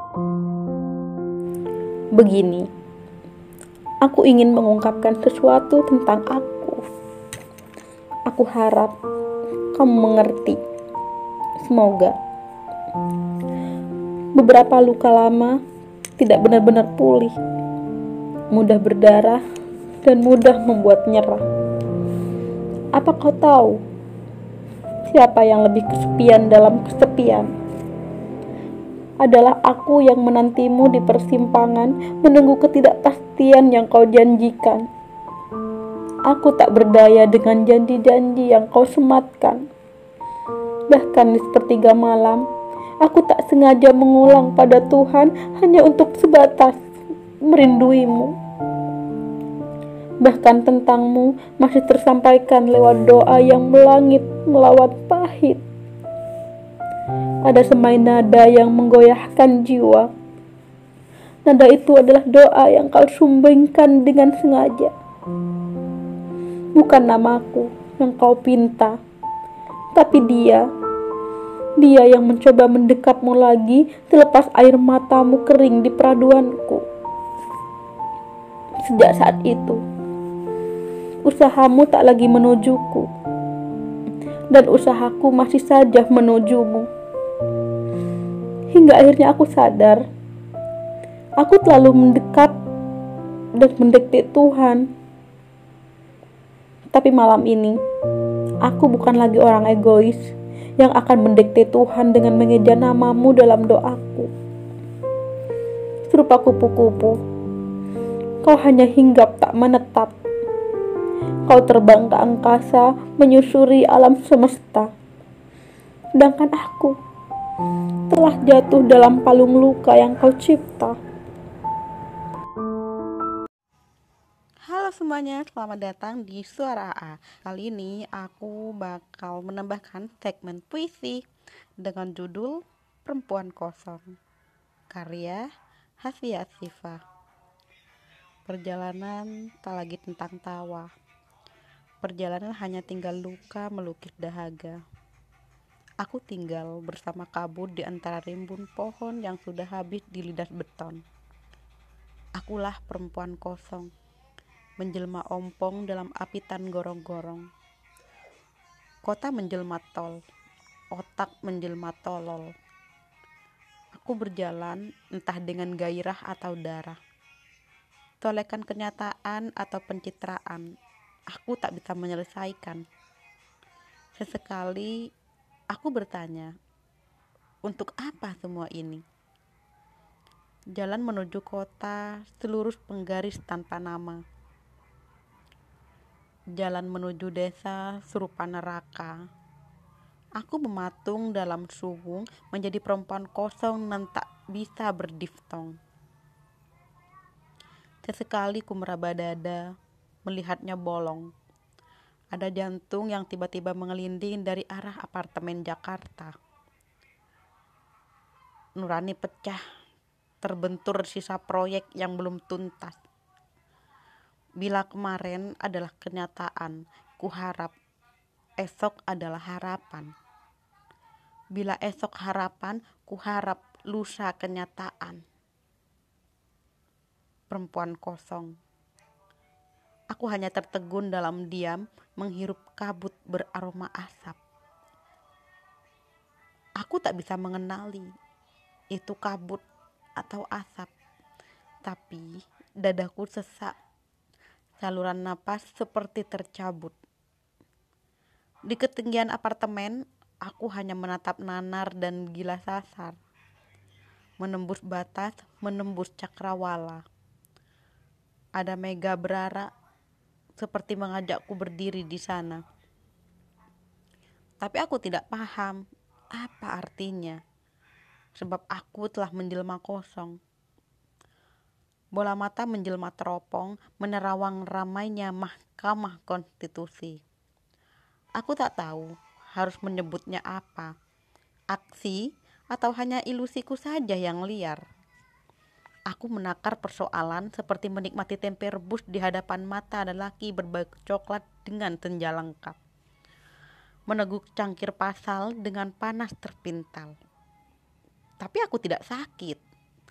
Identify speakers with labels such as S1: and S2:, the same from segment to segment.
S1: Begini, aku ingin mengungkapkan sesuatu tentang aku. Aku harap kamu mengerti. Semoga beberapa luka lama tidak benar-benar pulih, mudah berdarah, dan mudah membuat nyerah. Apa kau tahu siapa yang lebih kesepian dalam kesepian? Adalah aku yang menantimu di persimpangan, menunggu ketidakpastian yang kau janjikan. Aku tak berdaya dengan janji-janji yang kau sematkan. Bahkan di sepertiga malam, aku tak sengaja mengulang pada Tuhan hanya untuk sebatas merinduimu. Bahkan tentangmu masih tersampaikan lewat doa yang melangit melawat pahit. Ada semai nada yang menggoyahkan jiwa. Nada itu adalah doa yang kau sumbangkan dengan sengaja. Bukan namaku yang kau pinta, tapi dia yang mencoba mendekapmu lagi selepas air matamu kering di peraduanku. Sejak saat itu, usahamu tak lagi menujuku, dan usahaku masih saja menujumu. Hingga akhirnya aku sadar, aku terlalu mendekat dan mendekati Tuhan. Tapi malam ini, aku bukan lagi orang egois yang akan mendekati Tuhan dengan mengeja namamu dalam doaku. Serupa kupu-kupu, kau hanya hinggap tak menetap. Kau terbang ke angkasa menyusuri alam semesta. Sedangkan aku telah jatuh dalam palung luka yang kau cipta.
S2: Halo semuanya, selamat datang di Suara AA. Kali ini aku bakal menambahkan segmen puisi dengan judul Perempuan Kosong, karya Hasya Sifa. Perjalanan tak lagi tentang tawa. Perjalanan hanya tinggal luka melukis dahaga. Aku tinggal bersama kabut di antara rimbun pohon yang sudah habis dilidas beton. Akulah perempuan kosong, menjelma ompong dalam apitan gorong-gorong. Kota menjelma tol, otak menjelma tolol. Aku berjalan entah dengan gairah atau darah. Tolekan kenyataan atau pencitraan, aku tak bisa menyelesaikan. Sesekali aku bertanya, untuk apa semua ini? Jalan menuju kota selurus penggaris tanpa nama. Jalan menuju desa serupa neraka. Aku mematung dalam subung menjadi perempuan kosong dan tak bisa berdiftong. Sesekali ku meraba dada, melihatnya bolong. Ada jantung yang tiba-tiba mengelinding dari arah apartemen Jakarta. Nurani pecah, terbentur sisa proyek yang belum tuntas. Bila kemarin adalah kenyataan, ku harap esok adalah harapan. Bila esok harapan, ku harap lusa kenyataan. Perempuan kosong. Aku hanya tertegun dalam diam, menghirup kabut beraroma asap. Aku tak bisa mengenali itu kabut atau asap, tapi dadaku sesak. Saluran napas seperti tercabut. Di ketinggian apartemen, aku hanya menatap nanar dan gila sasar. Menembus batas, menembus cakrawala. Ada mega berara seperti mengajakku berdiri di sana. Tapi aku tidak paham apa artinya, sebab aku telah menjelma kosong. Bola mata menjelma teropong, menerawang ramainya Mahkamah Konstitusi. Aku tak tahu harus menyebutnya apa, aksi atau hanya ilusiku saja yang liar. Aku menakar persoalan seperti menikmati tempe rebus di hadapan mata lelaki berbaju coklat dengan senja lengkap. Meneguk cangkir pasal dengan panas terpintal. Tapi aku tidak sakit.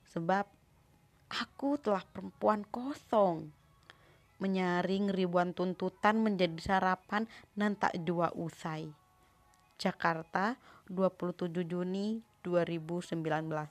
S2: sebab aku telah perempuan kosong. Menyaring ribuan tuntutan menjadi sarapan dan tak jua usai. Jakarta, 27 Juni 2019.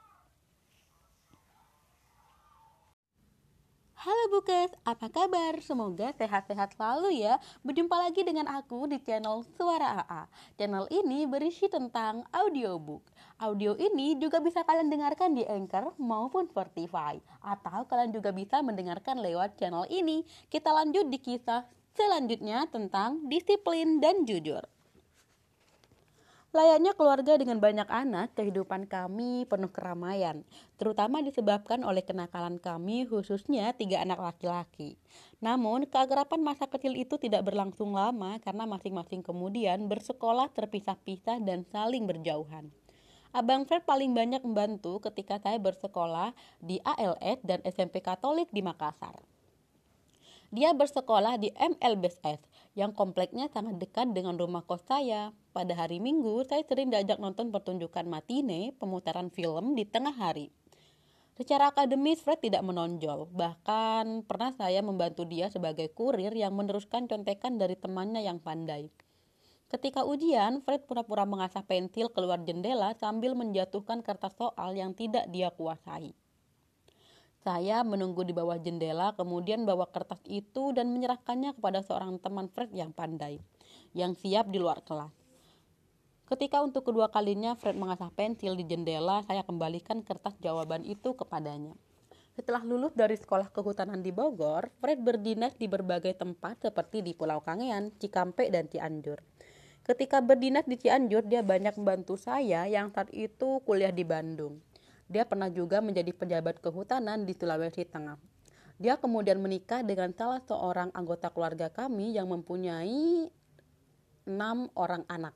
S3: Halo Bukes, apa kabar? Semoga sehat-sehat selalu ya. Berjumpa lagi dengan aku di channel Suara AA. Channel ini berisi tentang audiobook. Audio ini juga bisa kalian dengarkan di Anchor maupun Spotify. Atau kalian juga bisa mendengarkan lewat channel ini. Kita lanjut di kisah selanjutnya tentang disiplin dan jujur. Layaknya keluarga dengan banyak anak, kehidupan kami penuh keramaian, terutama disebabkan oleh kenakalan kami, khususnya 3 anak laki-laki. Namun, keakraban masa kecil itu tidak berlangsung lama karena masing-masing kemudian bersekolah terpisah-pisah dan saling berjauhan. Abang Fred paling banyak membantu ketika saya bersekolah di ALS dan SMP Katolik di Makassar. Dia bersekolah di MLBS yang kompleknya sangat dekat dengan rumah kos saya. Pada hari Minggu, saya sering diajak nonton pertunjukan matine, pemutaran film di tengah hari. Secara akademis, Fred tidak menonjol. Bahkan pernah saya membantu dia sebagai kurir yang meneruskan contekan dari temannya yang pandai. Ketika ujian, Fred pura-pura mengasah pensil keluar jendela sambil menjatuhkan kertas soal yang tidak dia kuasai. Saya menunggu di bawah jendela, kemudian bawa kertas itu dan menyerahkannya kepada seorang teman Fred yang pandai, yang siap di luar kelas. Ketika untuk kedua kalinya Fred mengasah pensil di jendela, saya kembalikan kertas jawaban itu kepadanya. Setelah lulus dari sekolah kehutanan di Bogor, Fred berdinas di berbagai tempat seperti di Pulau Kangean, Cikampek, dan Cianjur. Ketika berdinas di Cianjur, dia banyak membantu saya yang saat itu kuliah di Bandung. Dia pernah juga menjadi pejabat kehutanan di Sulawesi Tengah. Dia kemudian menikah dengan salah seorang anggota keluarga kami yang mempunyai 6 orang anak.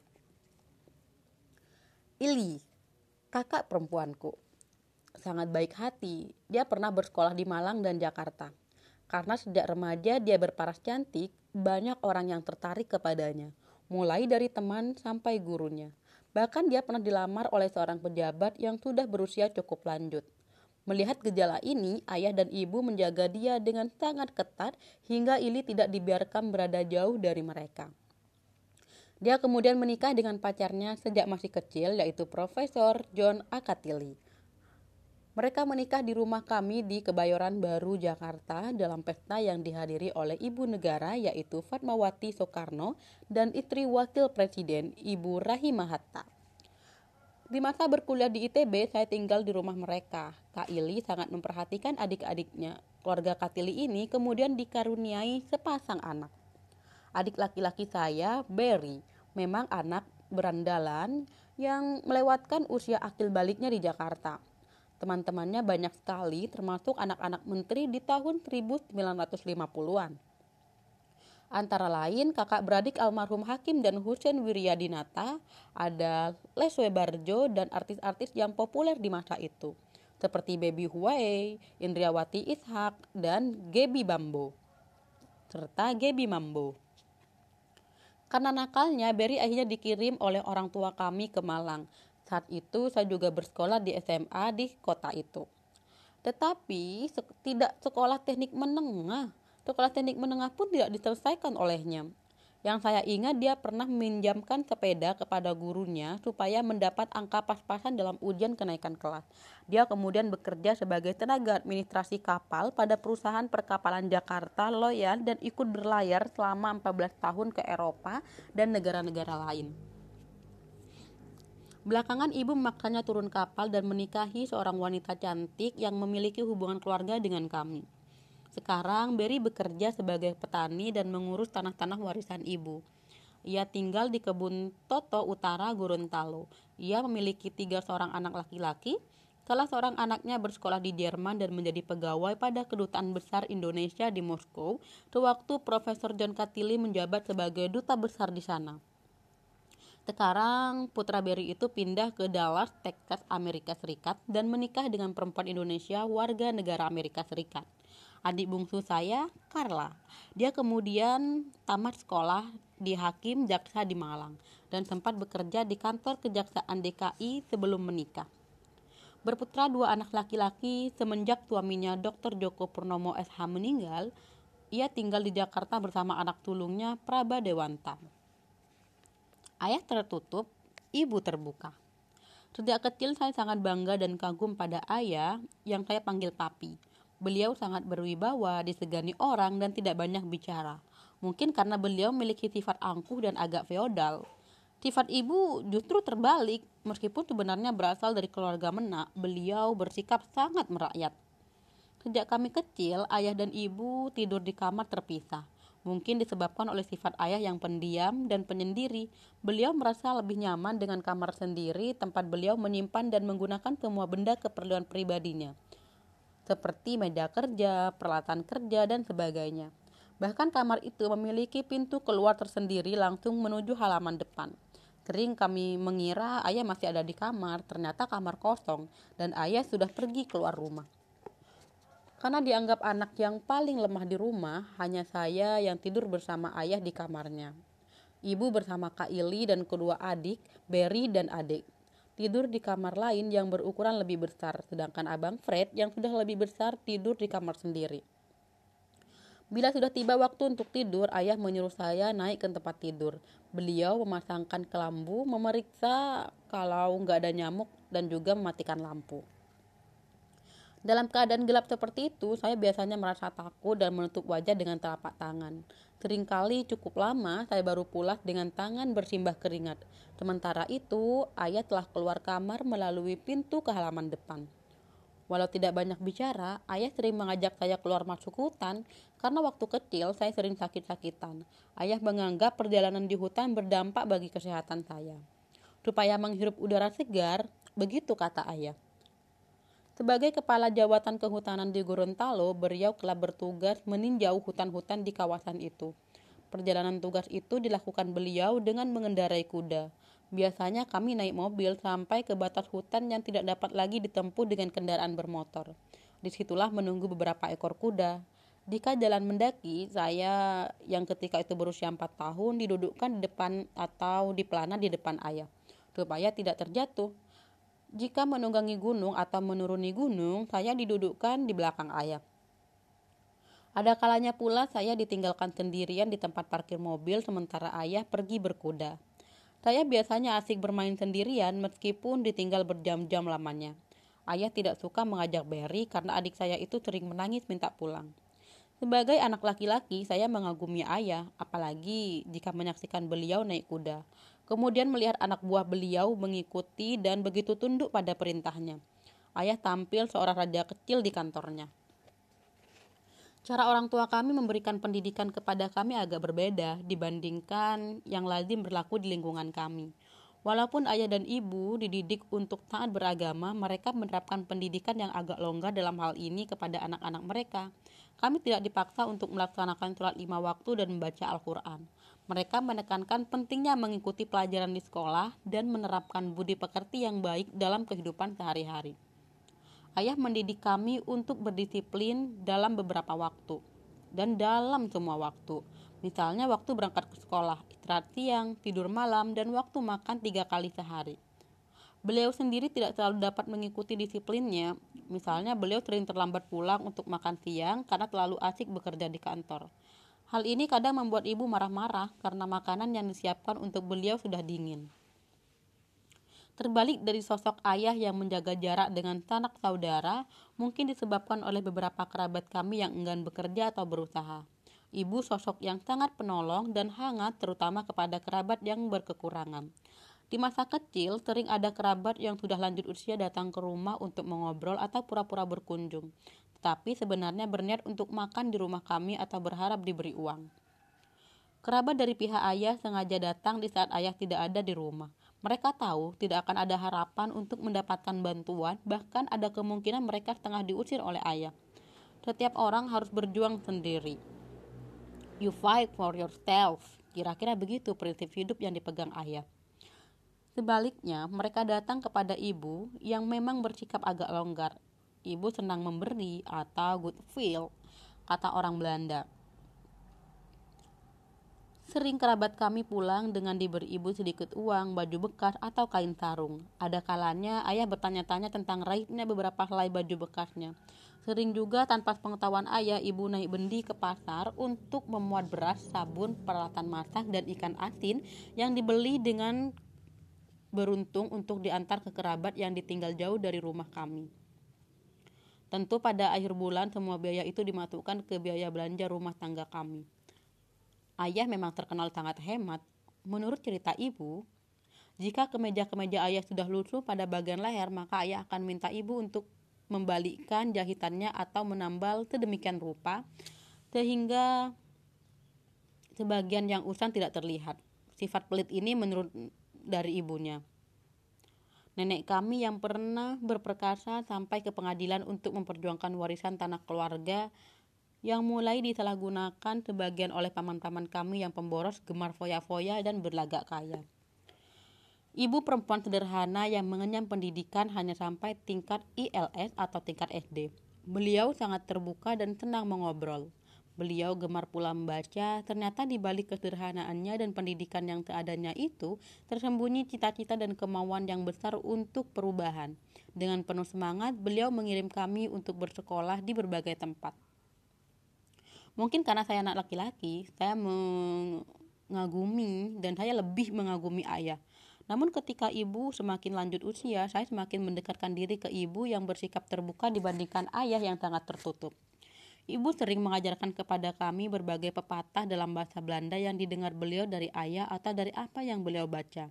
S3: Ili, kakak perempuanku, sangat baik hati. Dia pernah bersekolah di Malang dan Jakarta. Karena sejak remaja dia berparas cantik, banyak orang yang tertarik kepadanya, mulai dari teman sampai gurunya. Bahkan dia pernah dilamar oleh seorang pejabat yang sudah berusia cukup lanjut. Melihat gejala ini, ayah dan ibu menjaga dia dengan sangat ketat hingga Ili tidak dibiarkan berada jauh dari mereka. Dia kemudian menikah dengan pacarnya sejak masih kecil, yaitu Profesor John Akatili. Mereka menikah di rumah kami di Kebayoran Baru, Jakarta dalam pesta yang dihadiri oleh Ibu Negara yaitu Fatmawati Soekarno dan istri Wakil Presiden Ibu Rahimah Hatta. Di masa berkuliah di ITB, saya tinggal di rumah mereka. Kak Ili sangat memperhatikan adik-adiknya. Keluarga Katili ini kemudian dikaruniai sepasang anak. Adik laki-laki saya, Berry, memang anak berandalan yang melewatkan usia akil baliknya di Jakarta. Teman-temannya banyak sekali, termasuk anak-anak menteri di tahun 1950-an. Antara lain kakak beradik almarhum Hakim dan Hussein Wiryadinata, ada Leswe Barjo dan artis-artis yang populer di masa itu, seperti Baby Huwaei, Indriawati Ishak, dan Gebi Mambo. Karena nakalnya, Berry akhirnya dikirim oleh orang tua kami ke Malang. Saat itu saya juga bersekolah di SMA di kota itu. Tetapi tidak sekolah teknik menengah. Sekolah teknik menengah pun tidak diselesaikan olehnya. Yang saya ingat dia pernah meminjamkan sepeda kepada gurunya supaya mendapat angka pas-pasan dalam ujian kenaikan kelas. Dia kemudian bekerja sebagai tenaga administrasi kapal pada perusahaan perkapalan Jakarta Loyal dan ikut berlayar selama 14 tahun ke Eropa dan negara-negara lain. Belakangan ibu memaksanya turun kapal dan menikahi seorang wanita cantik yang memiliki hubungan keluarga dengan kami. Sekarang Berry bekerja sebagai petani dan mengurus tanah-tanah warisan ibu. Ia tinggal di kebun Toto Utara, Gorontalo. Ia memiliki 3 seorang anak laki-laki. Salah seorang anaknya bersekolah di Jerman dan menjadi pegawai pada Kedutaan Besar Indonesia di Moskow, sewaktu Profesor John Katili menjabat sebagai duta besar di sana. Sekarang putra Berry itu pindah ke Dallas, Texas, Amerika Serikat dan menikah dengan perempuan Indonesia warga negara Amerika Serikat. Adik bungsu saya, Carla. Dia kemudian tamat sekolah di Hakim Jaksa di Malang dan sempat bekerja di kantor Kejaksaan DKI sebelum menikah. Berputra 2 anak laki-laki, semenjak suaminya Dr. Joko Purnomo SH meninggal, ia tinggal di Jakarta bersama anak sulungnya Praba Dewanta. Ayah tertutup, ibu terbuka. Sejak kecil saya sangat bangga dan kagum pada ayah yang saya panggil papi. Beliau sangat berwibawa, disegani orang dan tidak banyak bicara. Mungkin karena beliau memiliki sifat angkuh dan agak feodal. Sifat ibu justru terbalik, meskipun sebenarnya berasal dari keluarga menak, beliau bersikap sangat merakyat. Sejak kami kecil, ayah dan ibu tidur di kamar terpisah. Mungkin disebabkan oleh sifat ayah yang pendiam dan penyendiri, beliau merasa lebih nyaman dengan kamar sendiri, tempat beliau menyimpan dan menggunakan semua benda keperluan pribadinya, seperti meja kerja, peralatan kerja, dan sebagainya. Bahkan kamar itu memiliki pintu keluar tersendiri langsung menuju halaman depan. Sering kami mengira ayah masih ada di kamar, ternyata kamar kosong dan ayah sudah pergi keluar rumah. Karena dianggap anak yang paling lemah di rumah, hanya saya yang tidur bersama ayah di kamarnya. Ibu bersama Kak Ili dan kedua adik, Berry dan adik, tidur di kamar lain yang berukuran lebih besar, sedangkan abang Fred yang sudah lebih besar tidur di kamar sendiri. Bila sudah tiba waktu untuk tidur, ayah menyuruh saya naik ke tempat tidur. Beliau memasangkan kelambu, memeriksa kalau nggak ada nyamuk, dan juga mematikan lampu. Dalam keadaan gelap seperti itu, saya biasanya merasa takut dan menutup wajah dengan telapak tangan. Seringkali cukup lama saya baru pulas dengan tangan bersimbah keringat. Sementara itu, ayah telah keluar kamar melalui pintu ke halaman depan. Walau tidak banyak bicara, ayah sering mengajak saya keluar masuk hutan karena waktu kecil saya sering sakit-sakitan. Ayah menganggap perjalanan di hutan berdampak bagi kesehatan saya. Supaya menghirup udara segar, begitu kata ayah. Sebagai kepala jawatan kehutanan di Gorontalo, beliau telah bertugas meninjau hutan-hutan di kawasan itu. Perjalanan tugas itu dilakukan beliau dengan mengendarai kuda. Biasanya kami naik mobil sampai ke batas hutan yang tidak dapat lagi ditempuh dengan kendaraan bermotor. Disitulah menunggu beberapa ekor kuda. Jika jalan mendaki, saya yang ketika itu berusia 4 tahun didudukkan di depan atau dipelana di depan ayah, supaya tidak terjatuh. Jika menunggangi gunung atau menuruni gunung, saya didudukkan di belakang ayah. Ada kalanya pula saya ditinggalkan sendirian di tempat parkir mobil sementara ayah pergi berkuda. Saya biasanya asik bermain sendirian meskipun ditinggal berjam-jam lamanya. Ayah tidak suka mengajak Berry karena adik saya itu sering menangis minta pulang. Sebagai anak laki-laki, saya mengagumi ayah, apalagi jika menyaksikan beliau naik kuda. Kemudian melihat anak buah beliau mengikuti dan begitu tunduk pada perintahnya. Ayah tampil seorang raja kecil di kantornya. Cara orang tua kami memberikan pendidikan kepada kami agak berbeda dibandingkan yang lazim berlaku di lingkungan kami. Walaupun ayah dan ibu dididik untuk taat beragama, mereka menerapkan pendidikan yang agak longgar dalam hal ini kepada anak-anak mereka. Kami tidak dipaksa untuk melaksanakan sholat 5 waktu dan membaca Al-Quran. Mereka menekankan pentingnya mengikuti pelajaran di sekolah dan menerapkan budi pekerti yang baik dalam kehidupan sehari-hari. Ayah mendidik kami untuk berdisiplin dalam beberapa waktu dan dalam semua waktu. Misalnya waktu berangkat ke sekolah, istirahat siang, tidur malam, dan waktu makan 3 kali sehari. Beliau sendiri tidak selalu dapat mengikuti disiplinnya. Misalnya beliau sering terlambat pulang untuk makan siang karena terlalu asik bekerja di kantor. Hal ini kadang membuat ibu marah-marah karena makanan yang disiapkan untuk beliau sudah dingin. Terbalik dari sosok ayah yang menjaga jarak dengan sanak saudara, mungkin disebabkan oleh beberapa kerabat kami yang enggan bekerja atau berusaha. Ibu sosok yang sangat penolong dan hangat terutama kepada kerabat yang berkekurangan. Di masa kecil, sering ada kerabat yang sudah lanjut usia datang ke rumah untuk mengobrol atau pura-pura berkunjung. Tetapi sebenarnya berniat untuk makan di rumah kami atau berharap diberi uang. Kerabat dari pihak ayah sengaja datang di saat ayah tidak ada di rumah. Mereka tahu tidak akan ada harapan untuk mendapatkan bantuan, bahkan ada kemungkinan mereka setengah diusir oleh ayah. Setiap orang harus berjuang sendiri. You fight for yourself. Kira-kira begitu prinsip hidup yang dipegang ayah. Sebaliknya, mereka datang kepada ibu yang memang bersikap agak longgar. Ibu senang memberi atau good feel, kata orang Belanda. Sering kerabat kami pulang dengan diberi ibu sedikit uang, baju bekas, atau kain sarung. Ada kalanya ayah bertanya-tanya tentang raibnya beberapa helai baju bekasnya. Sering juga tanpa pengetahuan ayah, ibu naik bendi ke pasar untuk memuat beras, sabun, peralatan masak, dan ikan asin yang dibeli dengan beruntung untuk diantar ke kerabat yang ditinggal jauh dari rumah kami. Tentu pada akhir bulan semua biaya itu dimasukkan ke biaya belanja rumah tangga kami. Ayah memang terkenal sangat hemat. Menurut cerita ibu, jika kemeja-kemeja ayah sudah lusuh pada bagian leher, maka ayah akan minta ibu untuk membalikkan jahitannya atau menambal sedemikian rupa sehingga sebagian yang usang tidak terlihat. Sifat pelit ini menurut dari ibunya. Nenek kami yang pernah berperkasa sampai ke pengadilan untuk memperjuangkan warisan tanah keluarga yang mulai disalahgunakan sebagian oleh paman-paman kami yang pemboros, gemar foya-foya, dan berlagak kaya. Ibu perempuan sederhana yang mengenyam pendidikan hanya sampai tingkat ILS atau tingkat SD. Beliau sangat terbuka dan senang mengobrol. Beliau gemar pula membaca, ternyata di balik kesederhanaannya dan pendidikan yang seadanya itu, tersembunyi cita-cita dan kemauan yang besar untuk perubahan. Dengan penuh semangat, beliau mengirim kami untuk bersekolah di berbagai tempat. Mungkin karena saya anak laki-laki, saya mengagumi dan saya lebih mengagumi ayah. Namun ketika ibu semakin lanjut usia, saya semakin mendekatkan diri ke ibu yang bersikap terbuka dibandingkan ayah yang sangat tertutup. Ibu sering mengajarkan kepada kami berbagai pepatah dalam bahasa Belanda yang didengar beliau dari ayah atau dari apa yang beliau baca.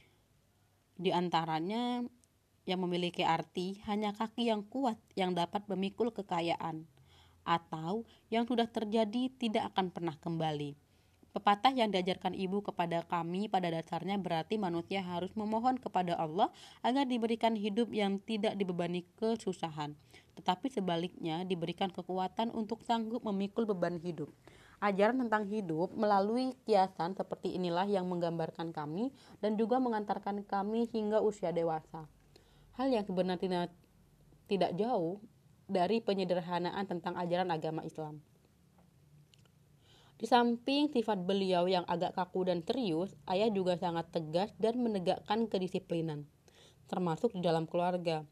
S3: Di antaranya yang memiliki arti hanya kaki yang kuat yang dapat memikul kekayaan, atau yang sudah terjadi tidak akan pernah kembali. Pepatah yang diajarkan ibu kepada kami pada dasarnya berarti manusia harus memohon kepada Allah agar diberikan hidup yang tidak dibebani kesusahan, tetapi sebaliknya diberikan kekuatan untuk sanggup memikul beban hidup. Ajaran tentang hidup melalui kiasan seperti inilah yang menggambarkan kami dan juga mengantarkan kami hingga usia dewasa. Hal yang sebenarnya tidak jauh dari penyederhanaan tentang ajaran agama Islam. Di samping sifat beliau yang agak kaku dan serius, ayah juga sangat tegas dan menegakkan kedisiplinan, termasuk di dalam keluarga.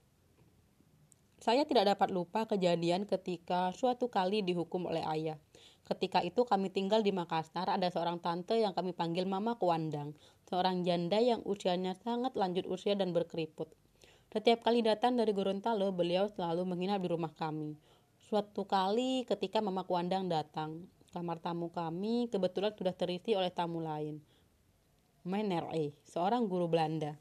S3: Saya tidak dapat lupa kejadian ketika suatu kali dihukum oleh ayah. Ketika itu kami tinggal di Makassar, ada seorang tante yang kami panggil Mama Kuandang, seorang janda yang usianya sangat lanjut usia dan berkeriput. Setiap kali datang dari Gorontalo, beliau selalu menginap di rumah kami. Suatu kali ketika Mama Kuandang datang, kamar tamu kami kebetulan sudah terisi oleh tamu lain. Meneer E, seorang guru Belanda.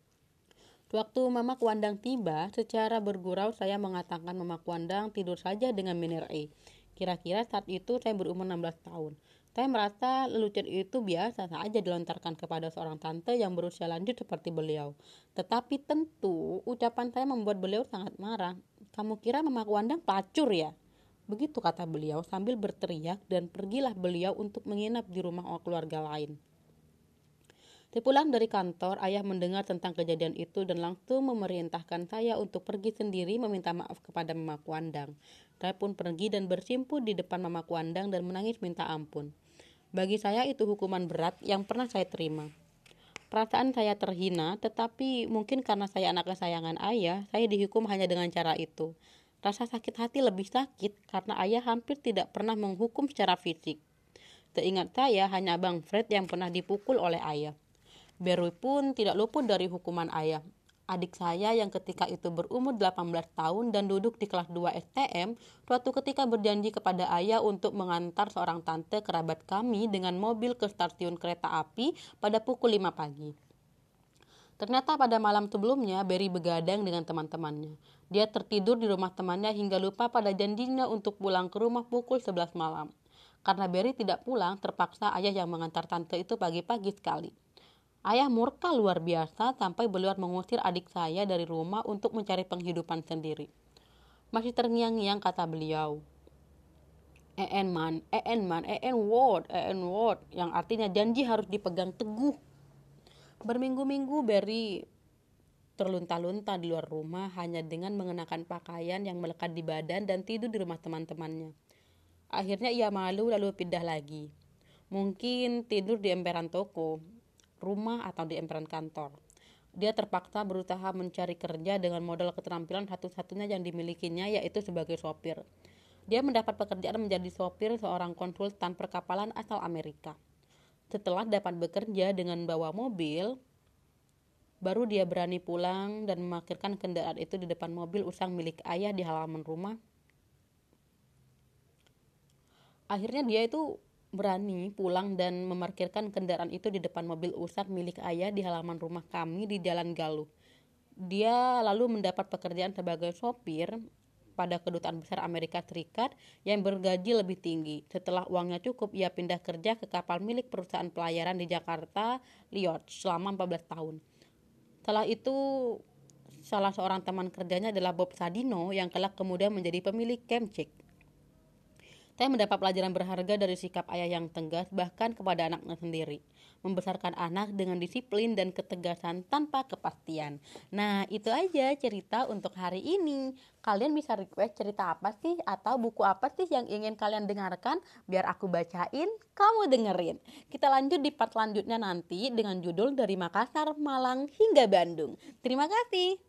S3: Waktu Mama Kuandang tiba, secara bergurau saya mengatakan Mama Kuandang tidur saja dengan Meneer E. Kira-kira saat itu saya berumur 16 tahun. Saya merasa lelucon itu biasa saja dilontarkan kepada seorang tante yang berusia lanjut seperti beliau. Tetapi tentu ucapan saya membuat beliau sangat marah. Kamu kira Mama Kuandang pelacur ya? Begitu kata beliau sambil berteriak dan pergilah beliau untuk menginap di rumah keluarga lain. Sepulang dari kantor, ayah mendengar tentang kejadian itu dan langsung memerintahkan saya untuk pergi sendiri meminta maaf kepada Mama Kuandang. Saya pun pergi dan bersimpu di depan Mama Kuandang dan menangis minta ampun. Bagi saya itu hukuman berat yang pernah saya terima. Perasaan saya terhina, tetapi mungkin karena saya anak kesayangan ayah, saya dihukum hanya dengan cara itu. Rasa sakit hati lebih sakit karena ayah hampir tidak pernah menghukum secara fisik. Seingat saya hanya Bang Fred yang pernah dipukul oleh ayah. Berwi pun tidak luput dari hukuman ayah. Adik saya yang ketika itu berumur 18 tahun dan duduk di kelas 2 STM, suatu ketika berjanji kepada ayah untuk mengantar seorang tante kerabat kami dengan mobil ke stasiun kereta api pada pukul 5 pagi. Ternyata pada malam sebelumnya, Berry begadang dengan teman-temannya. Dia tertidur di rumah temannya hingga lupa pada janjinya untuk pulang ke rumah pukul 11 malam. Karena Berry tidak pulang, terpaksa ayah yang mengantar tante itu pagi-pagi sekali. Ayah murka luar biasa sampai beliau mengusir adik saya dari rumah untuk mencari penghidupan sendiri. Masih terngiang-ngiang kata beliau, "En man, en word," yang artinya janji harus dipegang teguh. Berminggu-minggu Berry terlunta-lunta di luar rumah hanya dengan mengenakan pakaian yang melekat di badan dan tidur di rumah teman-temannya. Akhirnya ia malu lalu pindah lagi. Mungkin tidur di emperan toko, rumah, atau di emperan kantor. Dia terpaksa berusaha mencari kerja dengan modal keterampilan satu-satunya yang dimilikinya, yaitu sebagai sopir. Dia mendapat pekerjaan menjadi sopir seorang konsultan perkapalan asal Amerika. Setelah dapat bekerja dengan bawa mobil, baru dia berani pulang dan memarkirkan kendaraan itu di depan mobil usang milik ayah di halaman rumah. Akhirnya dia itu berani pulang dan memarkirkan kendaraan itu di depan mobil usang milik ayah di halaman rumah kami di Jalan Galuh. Dia lalu mendapat pekerjaan sebagai sopir pada kedutaan besar Amerika Serikat yang bergaji lebih tinggi. Setelah uangnya cukup, ia pindah kerja ke kapal milik perusahaan pelayaran di Jakarta, Liot, selama 14 tahun. Setelah itu, salah seorang teman kerjanya adalah Bob Sadino yang kelak kemudian menjadi pemilik Kemcik. Saya mendapat pelajaran berharga dari sikap ayah yang tegas bahkan kepada anaknya sendiri. Membesarkan anak dengan disiplin dan ketegasan tanpa kepastian. Nah, itu aja cerita untuk hari ini. Kalian bisa request cerita apa sih atau buku apa sih yang ingin kalian dengarkan biar aku bacain, kamu dengerin. Kita lanjut di part selanjutnya nanti dengan judul Dari Makassar, Malang hingga Bandung. Terima kasih.